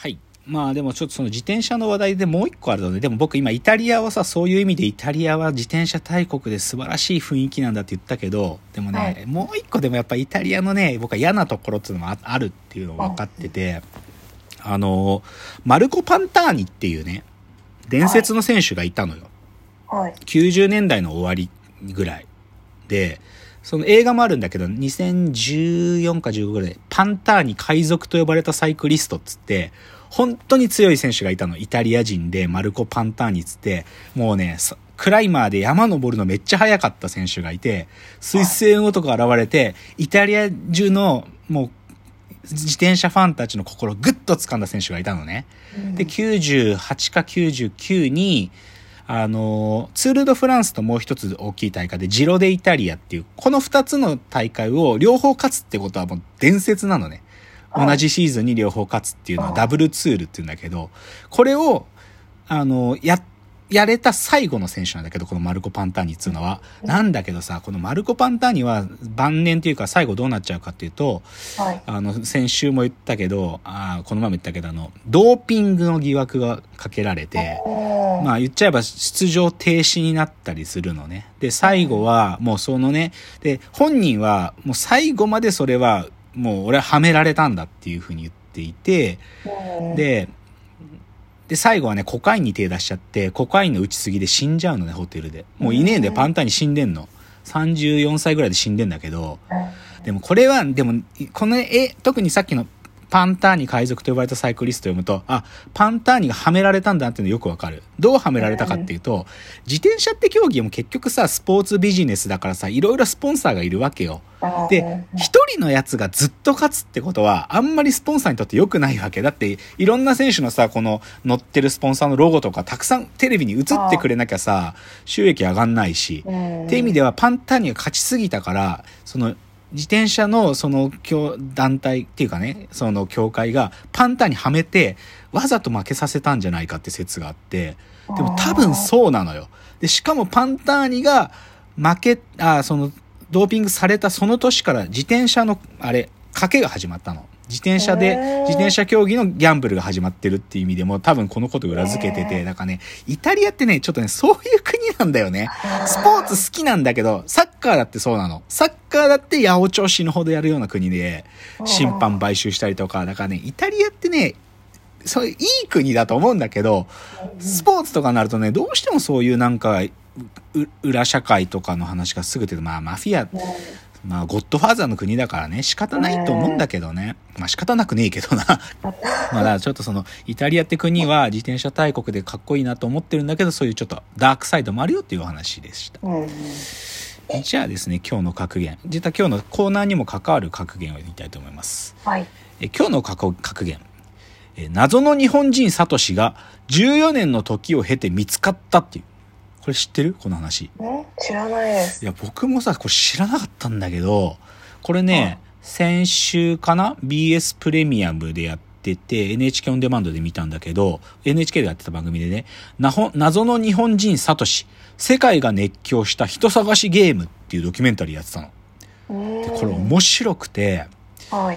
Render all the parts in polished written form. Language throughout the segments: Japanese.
はい。まあでもちょっとその自転車の話題でもう一個あるので、でも僕今イタリアをさ、そういう意味でイタリアは自転車大国で素晴らしい雰囲気なんだって言ったけど、でもね、 はい。 もう一個でもやっぱイタリアのね、僕は嫌なところっていうのもあるっていうのが分かってて、あの、マルコ・パンターニっていうね、伝はい。 説の選手がいたのよ。 はい。 90年代の終わりぐらいで、その映画もあるんだけど、2014か15ぐらいで、パンターニ海賊と呼ばれたサイクリストっつって、本当に強い選手がいたの。イタリア人で、マルコ・パンターニっつって、もうね、クライマーで山登るのめっちゃ速かった選手がいて、スイス星雲男が現れて、イタリア中の、もう、自転車ファンたちの心をグッと掴んだ選手がいたのね。で、98か99に、ツール・ド・フランスともう一つ大きい大会でジロ・デ・イタリアっていう、この二つの大会を両方勝つってことはもう伝説なのね。同はい。 じシーズンに両方勝つっていうのはダブルツールっていうんだけど、これを、やれた最後の選手なんだけど、このマルコ・パンターニっていうのは。なんだけどさ、このマルコ・パンターニは晩年っていうか最後どうなっちゃうかっていうと、 はい。 先週も言ったけど、この前も言ったけど、ドーピングの疑惑がかけられて、まあ言っちゃえば出場停止になったりするのね。で、最後はもうそのね、で、本人はもう最後までそれはもう俺ははめられたんだっていうふうに言っていて、で、最後はね、コカインに手出しちゃって、コカインの打ちすぎで死んじゃうのね、ホテルで。もういねえんで、パンターニ死んでんの。34歳ぐらいで死んでんだけど、でもこれは、でも、この特にさっきのパンターニ海賊と呼ばれたサイクリストを読むと、パンターニがはめられたんだっていうのよくわかる。どうはめられたかっていうと、自転車って競技も結局さ、スポーツビジネスだからさ、いろいろスポンサーがいるわけよ。で、一人のやつがずっと勝つってことは、あんまりスポンサーにとって良くないわけ。だって、いろんな選手のさ、この乗ってるスポンサーのロゴとかたくさんテレビに映ってくれなきゃさ、収益上がんないし。っていう意味ではパンターニが勝ちすぎたから、その、自転車のその団体っていうかね、その協会がパンターニはめて、わざと負けさせたんじゃないかって説があって、でも多分そうなのよ。で、しかもパンターニがその、ドーピングされたその年から自転車の、賭けが始まったの。自転車競技のギャンブルが始まってるっていう意味でも多分このこと裏付けてて、だからね、イタリアってね、ちょっとね、そういう国なんだよね。スポーツ好きなんだけど、サッカーだってそうなの。サッカーだって八百長死ぬほどやるような国で、審判買収したりとか、だからね、イタリアってね、そういういい国だと思うんだけど、スポーツとかになるとね、どうしてもそういうなんか、裏社会とかの話がすぐ出て、まあマフィア、まあゴッドファーザーの国だからね、仕方ないと思うんだけどね。まあ仕方なくねえけどな。まあだからちょっとその、イタリアって国は自転車大国でかっこいいなと思ってるんだけど、そういうちょっとダークサイドもあるよっていうお話でした。じゃあですね、今日の格言。実は今日のコーナーにも関わる格言を言いたいと思います。 はい。 今日の格言。謎の日本人サトシが14年の時を経て見つかったっていう。これ知ってる？この話。 知らないです。 いや、僕もさ、これ知らなかったんだけど、これね、先週かな？ BS プレミアムでやってて、NHK オンデマンドで見たんだけど、NHK でやってた番組でね、謎の日本人サトシ、世界が熱狂した人探しゲームっていうドキュメンタリーやってたの。で、これ面白くて、 はい。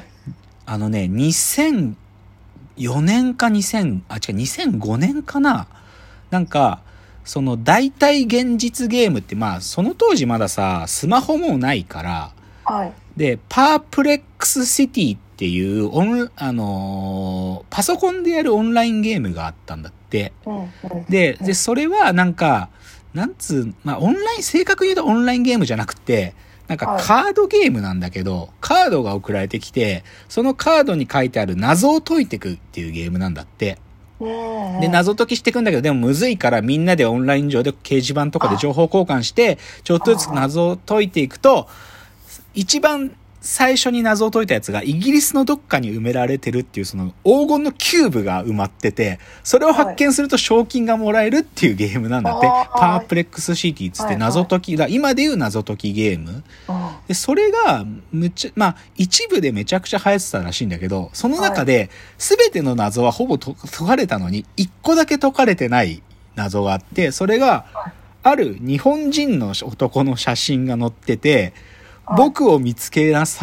2004年か2005年かな？なんか、その代替現実ゲームって、まあ、その当時まださ、スマホもないから、 はい。 で、パープレックスシティっていう、パソコンでやるオンラインゲームがあったんだって。で、それはなんか、まあ、正確に言うとオンラインゲームじゃなくて、なんかカードゲームなんだけど、カードが送られてきて、そのカードに書いてある謎を解いていくっていうゲームなんだって。で、謎解きしていくんだけど、でもむずいからみんなでオンライン上で掲示板とかで情報交換して、ちょっとずつ謎を解いていくと、一番最初に謎を解いたやつがイギリスのどっかに埋められてるっていうその黄金のキューブが埋まってて、それを発見すると賞金がもらえるっていうゲームなんだって。パープレックスシティつって謎解きだ。今でいう謎解きゲーム。で、それがまあ一部でめちゃくちゃ流行ってたらしいんだけど、その中で全ての謎はほぼ解かれたのに、一個だけ解かれてない謎があって、それがある日本人の男の写真が載ってて、僕を見つけなさいって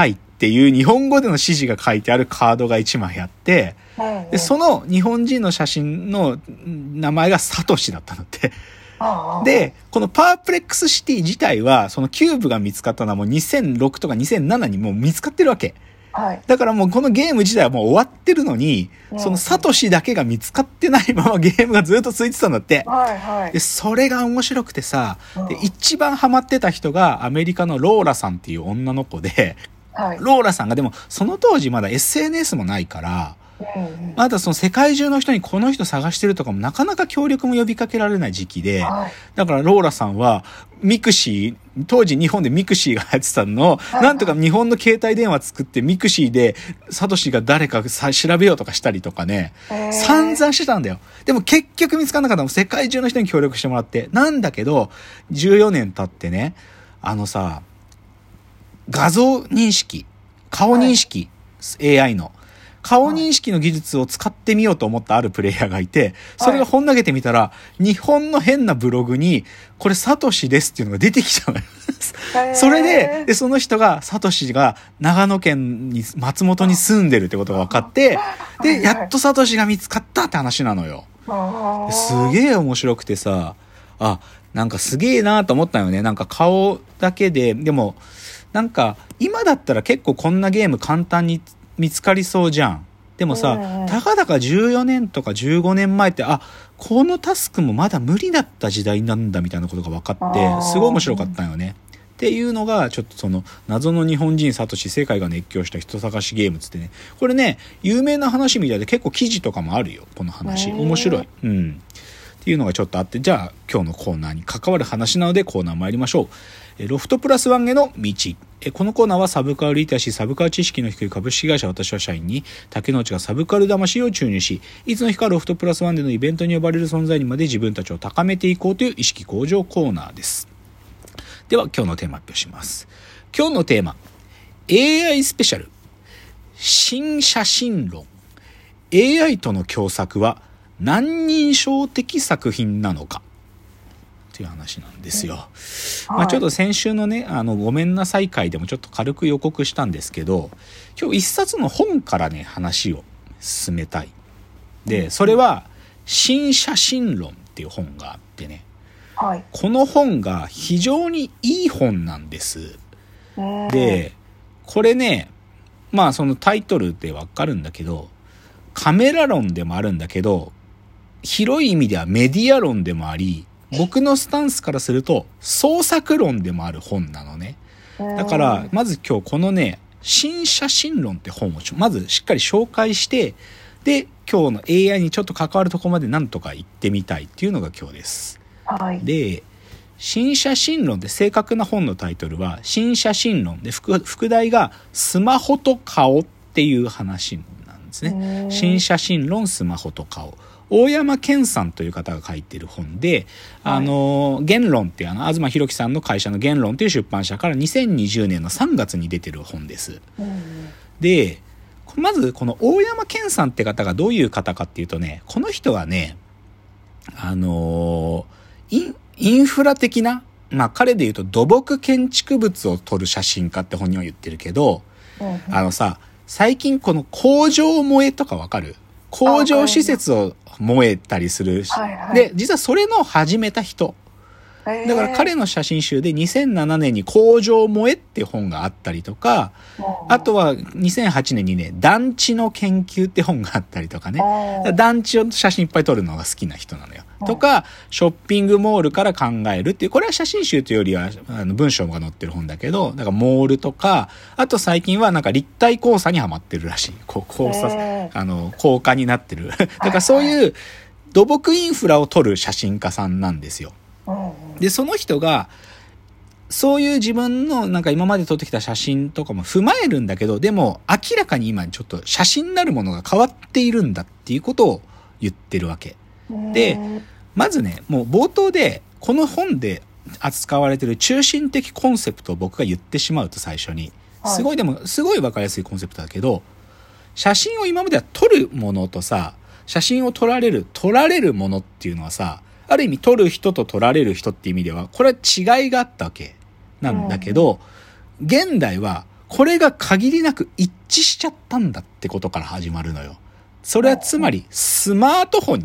っていう日本語での指示が書いてあるカードが1枚あって、でその日本人の写真の名前がサトシだったのって。で、このパープレックスシティ自体は、そのキューブが見つかったのはもう2006とか2007にもう見つかってるわけ。だからもうこのゲーム自体はもう終わってるのに、そのサトシだけが見つかってないままゲームがずっと続いてたんだって。で、それが面白くてさ、で一番ハマってた人がアメリカのローラさんっていう女の子で、ローラさんがでもその当時まだ SNS もないから、まだその世界中の人にこの人探してるとかもなかなか協力も呼びかけられない時期で、だからローラさんはミクシー、当時日本でミクシーが流行ってたのを、なんとか日本の携帯電話作ってミクシーでサトシが誰か調べようとかしたりとかね、散々してたんだよ。でも結局見つからなかったの。世界中の人に協力してもらって。なんだけど、14年経ってね、画像認識、顔認識、AI の。顔認識の技術を使ってみようと思ったあるプレイヤーがいて、それが本投げてみたら、日本の変なブログに、これサトシですっていうのが出てきたのよ。それで、その人が、サトシが長野県に、松本に住んでるってことが分かって、で、やっとサトシが見つかったって話なのよ。すげえ面白くてさ、なんかすげえなと思ったよね。なんか顔だけで、でも、なんか今だったら結構こんなゲーム簡単に見つかりそうじゃん。でもさ、たかだか14年とか15年前って、このタスクもまだ無理だった時代なんだみたいなことが分かって、すごい面白かったよね。っていうのが、ちょっとその、謎の日本人サトシ、世界が熱狂した人探しゲームつってね。これね、有名な話みたいで結構記事とかもあるよ、この話。面白い。っていうのがちょっとあって、じゃあ今日のコーナーに関わる話なのでコーナー参りましょう。ロフトプラスワンへの道。このコーナーはサブカルリテラシー、サブカル知識の低い株式会社私は社員に竹之内がサブカル魂を注入し、いつの日かロフトプラスワンでのイベントに呼ばれる存在にまで自分たちを高めていこうという意識向上コーナーです。では今日のテーマ発表します。今日のテーマ、AI スペシャル、新写真論。AI との共作は何人称的作品なのかという話なんですよ。ちょっと先週のね、ごめんなさい会でもちょっと軽く予告したんですけど、今日一冊の本からね、話を進めたい。で、それは、新写真論っていう本があってね、この本が非常にいい本なんです。で、これね、そのタイトルでわかるんだけど、カメラ論でもあるんだけど、広い意味ではメディア論でもあり、僕のスタンスからすると創作論でもある本なのね。だからまず今日このね、新写真論って本をまずしっかり紹介して、で今日の AI にちょっと関わるところまでなんとか行ってみたいっていうのが今日です。で、新写真論で正確な本のタイトルは新写真論で、副題がスマホと顔っていう話なんですね。新写真論スマホと顔。大山健さんという方が書いている本で、言論っていう東博樹さんの会社の言論っていう出版社から2020年の3月に出てる本です。で、まずこの大山健さんって方がどういう方かっていうとね、この人はね、インフラ的な、彼で言うと土木建築物を撮る写真家って本人は言ってるけど、最近この工場萌えとかわかる？工場施設を燃えたりする。で、実はそれの始めた人。だから彼の写真集で2007年に工場萌えって本があったりとか、あとは2008年にね、団地の研究って本があったりとかね。団地を写真いっぱい撮るのが好きな人なのよ。とか、ショッピングモールから考えるっていう、これは写真集というよりは文章が載ってる本だけど、だからモールとか、あと最近はなんか立体交差にハマってるらしい。高架になってる。だからそういう土木インフラを撮る写真家さんなんですよ。で、その人が、そういう自分のなんか今まで撮ってきた写真とかも踏まえるんだけど、でも明らかに今ちょっと写真なるものが変わっているんだっていうことを言ってるわけ。で、まずね、もう冒頭でこの本で扱われている中心的コンセプトを僕が言ってしまうと最初に、すごい分かりやすいコンセプトだけど、写真を今までは撮るものとさ、写真を撮られるものっていうのはさ、ある意味撮る人と撮られる人っていう意味ではこれは違いがあったわけなんだけど、現代はこれが限りなく一致しちゃったんだってことから始まるのよ。それはつまりスマートフォ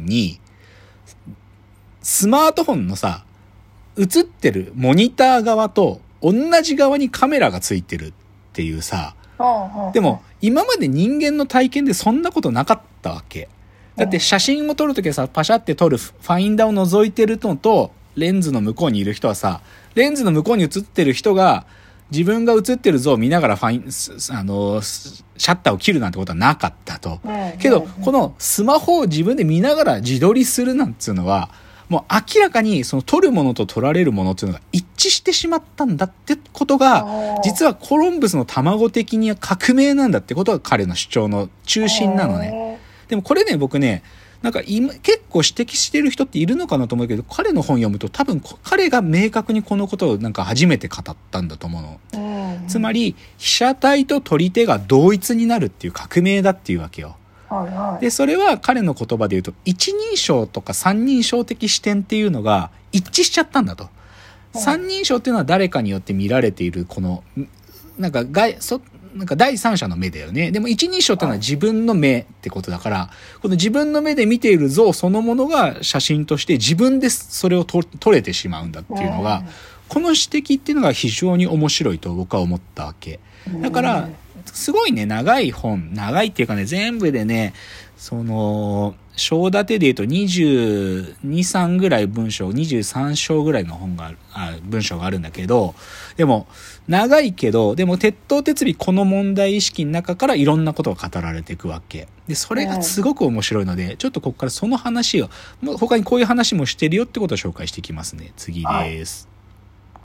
ンのさ、映ってるモニター側と同じ側にカメラがついてるっていうさ、でも今まで人間の体験でそんなことなかったわけ。だって写真を撮るときはさ、パシャって撮るファインダーを覗いてるのと、レンズの向こうにいる人はさ、レンズの向こうに映ってる人が自分が映ってる像を見ながらシャッターを切るなんてことはなかったと。けどこのスマホを自分で見ながら自撮りするなんていうのは、もう明らかにその撮るものと撮られるものっていうのが一致してしまったんだってことが、実はコロンブスの卵的には革命なんだってことが彼の主張の中心なのね。でもこれね、僕ね、なんか今結構指摘してる人っているのかなと思うけど、彼の本読むと多分彼が明確にこのことをなんか初めて語ったんだと思うの。つまり被写体と撮り手が同一になるっていう革命だっていうわけよ。でそれは彼の言葉で言うと、一人称とか三人称的視点っていうのが一致しちゃったんだと。三人称っていうのは誰かによって見られているこのなんか第三者の目だよね。でも一人称っていうのは自分の目ってことだから、この自分の目で見ている像そのものが写真として自分でそれを撮れてしまうんだっていうのが、この指摘っていうのが非常に面白いと僕は思ったわけ。だからすごいね、長いっていうかね、全部でね、その章立てで言うと22、3ぐらい23章ぐらいの文章があるんだけど、でも長いけど、でも鉄頭鉄尾この問題意識の中からいろんなことが語られていくわけで、それがすごく面白いので、ちょっとここからその話を、他にこういう話もしてるよってことを紹介していきますね。次です。